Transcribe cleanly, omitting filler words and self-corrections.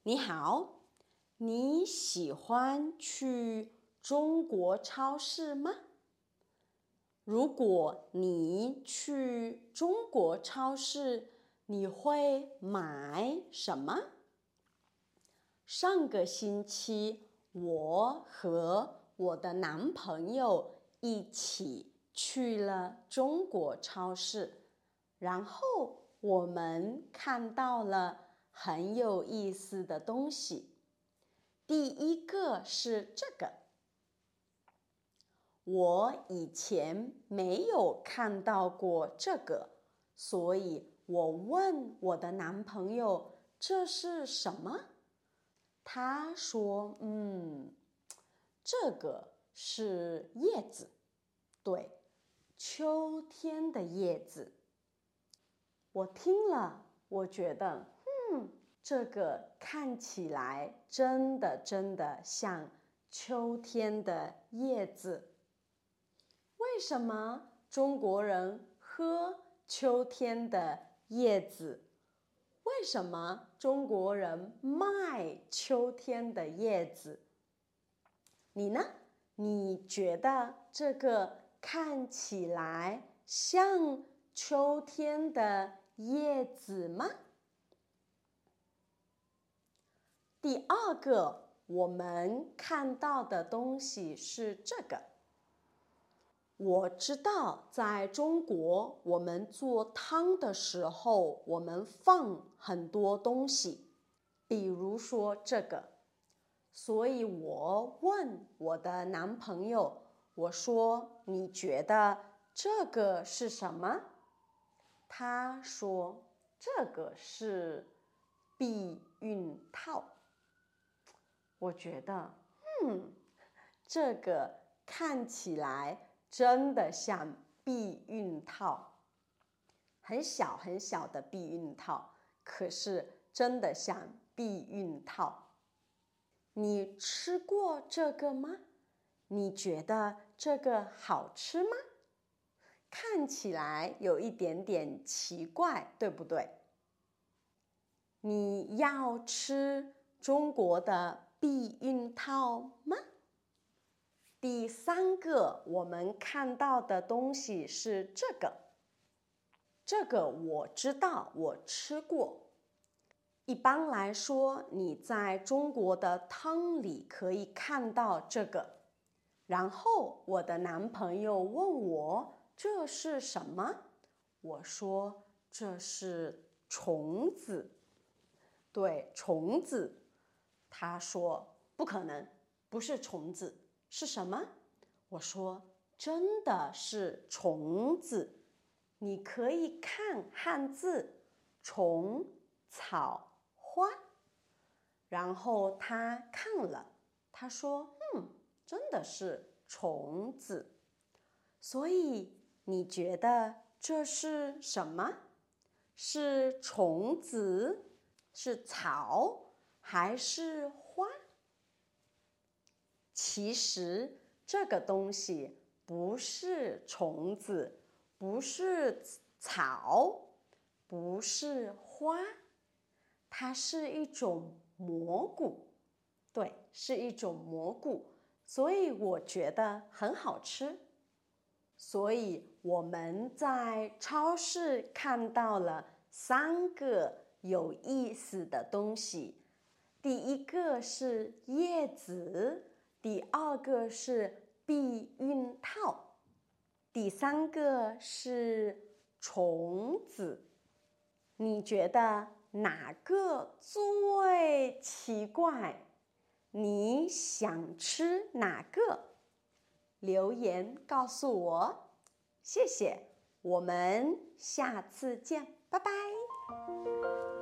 你好，你喜欢去中国超市吗？如果你去中国超市，你会买什么？上个星期，我和我的男朋友一起去了中国超市，然后我们看到了很有意思的东西。第一个是这个，我以前没有看到过这个，所以我问我的男朋友这是什么？他说，这个是叶子，对，秋天的叶子。我听了，我觉得，这个看起来真的像秋天的叶子。为什么中国人喝秋天的叶子？为什么中国人卖秋天的叶子？你呢？你觉得这个看起来像秋天的叶子吗？第二个我们看到的东西是这个。我知道在中国我们做汤的时候，我们放很多东西，比如说这个。所以我问我的男朋友，我说你觉得这个是什么？他说这个是避孕套。我觉得这个看起来真的像避孕套，很小很小的避孕套，可是真的像避孕套。你吃过这个吗？你觉得这个好吃吗？看起来有一点点奇怪，对不对？你要吃中国的避孕套吗？第三个我们看到的东西是这个。这个我知道，我吃过。一般来说，你在中国的汤里可以看到这个。然后我的男朋友问我这是什么？我说这是虫子。对，虫子。他说不可能，不是虫子，是什么？我说真的是虫子。你可以看汉字，虫、草、花。然后他看了，他说真的是虫子。所以你觉得这是什么？是虫子？是草？还是花？其实这个东西不是虫子，不是草，不是花，它是一种蘑菇。对，是一种蘑菇，所以我觉得很好吃。所以我们在超市看到了3个有意思的东西。第一个是叶子，第二个是避孕套，第三个是虫子。你觉得哪个最奇怪？你想吃哪个？留言告诉我。谢谢，我们下次见，拜拜。